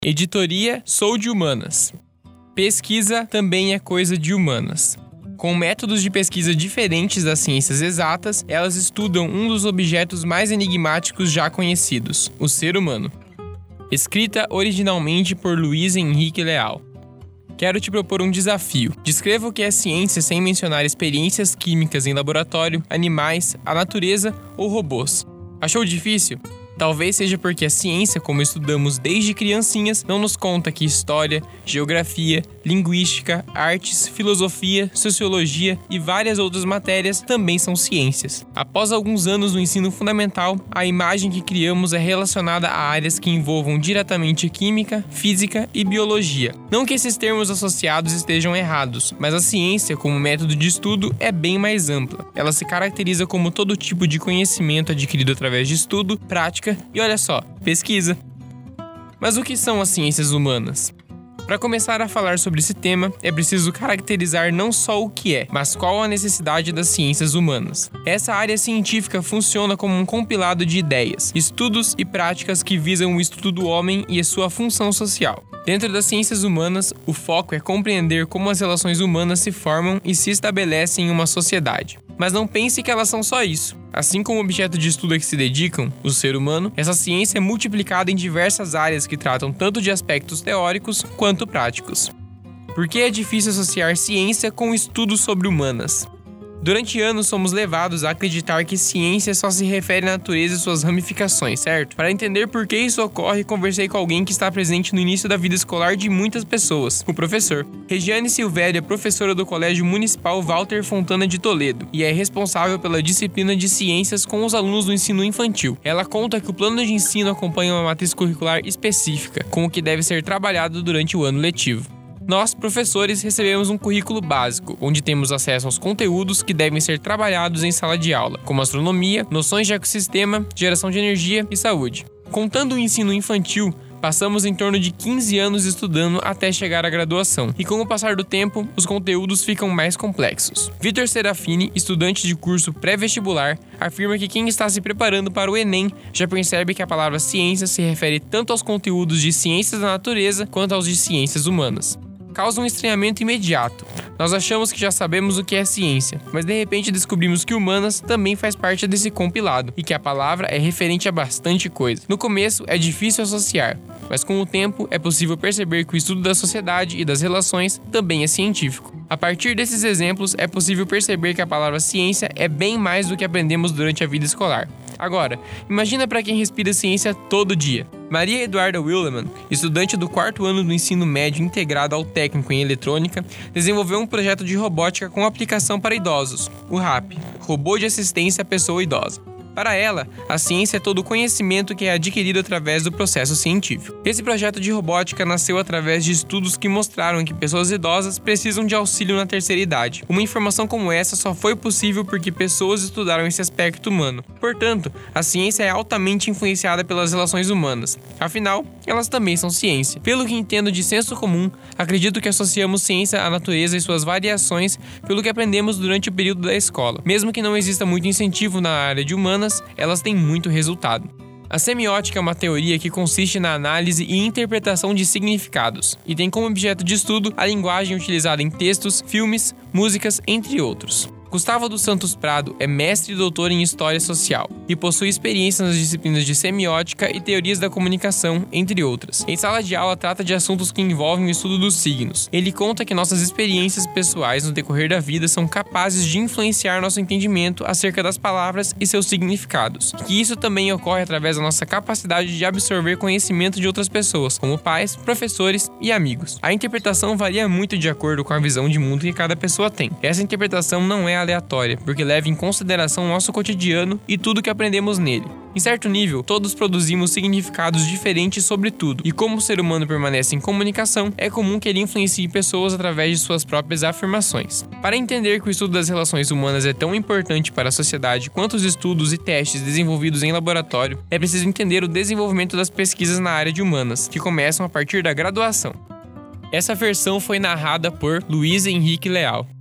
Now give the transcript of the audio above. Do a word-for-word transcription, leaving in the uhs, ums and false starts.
Editoria Sou de Humanas. Pesquisa também é coisa de humanas. Com métodos de pesquisa diferentes das ciências exatas, elas estudam um dos objetos mais enigmáticos já conhecidos, o ser humano. Escrita originalmente por Luiz Henrique Leal. Quero te propor um desafio. Descreva o que é ciência sem mencionar experiências químicas em laboratório, animais, a natureza ou robôs. Achou difícil? Talvez seja porque a ciência, como estudamos desde criancinhas, não nos conta que história, geografia, linguística, artes, filosofia, sociologia e várias outras matérias também são ciências. Após alguns anos no ensino fundamental, a imagem que criamos é relacionada a áreas que envolvam diretamente química, física e biologia. Não que esses termos associados estejam errados, mas a ciência, como método de estudo, é bem mais ampla. Ela se caracteriza como todo tipo de conhecimento adquirido através de estudo, prática e, olha só, pesquisa. Mas o que são as ciências humanas? Para começar a falar sobre esse tema, é preciso caracterizar não só o que é, mas qual a necessidade das ciências humanas. Essa área científica funciona como um compilado de ideias, estudos e práticas que visam o estudo do homem e a sua função social. Dentro das ciências humanas, o foco é compreender como as relações humanas se formam e se estabelecem em uma sociedade. Mas não pense que elas são só isso. Assim como o objeto de estudo a que se dedicam, o ser humano, essa ciência é multiplicada em diversas áreas que tratam tanto de aspectos teóricos quanto práticos. Por que é difícil associar ciência com estudos sobre humanas? Durante anos somos levados a acreditar que ciência só se refere à natureza e suas ramificações, certo? Para entender por que isso ocorre, conversei com alguém que está presente no início da vida escolar de muitas pessoas, o professor. Regiane Silvério é professora do Colégio Municipal Walter Fontana de Toledo e é responsável pela disciplina de ciências com os alunos do ensino infantil. Ela conta que o plano de ensino acompanha uma matriz curricular específica, com o que deve ser trabalhado durante o ano letivo. Nós, professores, recebemos um currículo básico, onde temos acesso aos conteúdos que devem ser trabalhados em sala de aula, como astronomia, noções de ecossistema, geração de energia e saúde. Contando o ensino infantil, passamos em torno de quinze anos estudando até chegar à graduação, e com o passar do tempo, os conteúdos ficam mais complexos. Vitor Serafini, estudante de curso pré-vestibular, afirma que quem está se preparando para o Enem já percebe que a palavra ciência se refere tanto aos conteúdos de ciências da natureza quanto aos de ciências humanas. Causa um estranhamento imediato. Nós achamos que já sabemos o que é ciência, mas de repente descobrimos que humanas também faz parte desse compilado e que a palavra é referente a bastante coisa. No começo é difícil associar, mas com o tempo é possível perceber que o estudo da sociedade e das relações também é científico. A partir desses exemplos é possível perceber que a palavra ciência é bem mais do que aprendemos durante a vida escolar. Agora, imagina para quem respira ciência todo dia. Maria Eduarda Willeman, estudante do quarto ano do ensino médio integrado ao técnico em eletrônica, desenvolveu um projeto de robótica com aplicação para idosos, o RAP, Robô de Assistência à Pessoa Idosa. Para ela, a ciência é todo o conhecimento que é adquirido através do processo científico. Esse projeto de robótica nasceu através de estudos que mostraram que pessoas idosas precisam de auxílio na terceira idade. Uma informação como essa só foi possível porque pessoas estudaram esse aspecto humano. Portanto, a ciência é altamente influenciada pelas relações humanas. Afinal, elas também são ciência. Pelo que entendo de senso comum, acredito que associamos ciência à natureza e suas variações pelo que aprendemos durante o período da escola. Mesmo que não exista muito incentivo na área de humanas, elas têm muito resultado. A semiótica é uma teoria que consiste na análise e interpretação de significados, e tem como objeto de estudo a linguagem utilizada em textos, filmes, músicas, entre outros. Gustavo dos Santos Prado é mestre e doutor em História Social e possui experiência nas disciplinas de Semiótica e Teorias da Comunicação, entre outras. Em sala de aula trata de assuntos que envolvem o estudo dos signos. Ele conta que nossas experiências pessoais no decorrer da vida são capazes de influenciar nosso entendimento acerca das palavras e seus significados, e que isso também ocorre através da nossa capacidade de absorver conhecimento de outras pessoas, como pais, professores e amigos. A interpretação varia muito de acordo com a visão de mundo que cada pessoa tem. Essa interpretação não é aleatória, porque leva em consideração o nosso cotidiano e tudo que aprendemos nele. Em certo nível, todos produzimos significados diferentes sobre tudo, e como o ser humano permanece em comunicação, é comum que ele influencie pessoas através de suas próprias afirmações. Para entender que o estudo das relações humanas é tão importante para a sociedade quanto os estudos e testes desenvolvidos em laboratório, é preciso entender o desenvolvimento das pesquisas na área de humanas, que começam a partir da graduação. Essa versão foi narrada por Luiz Henrique Leal.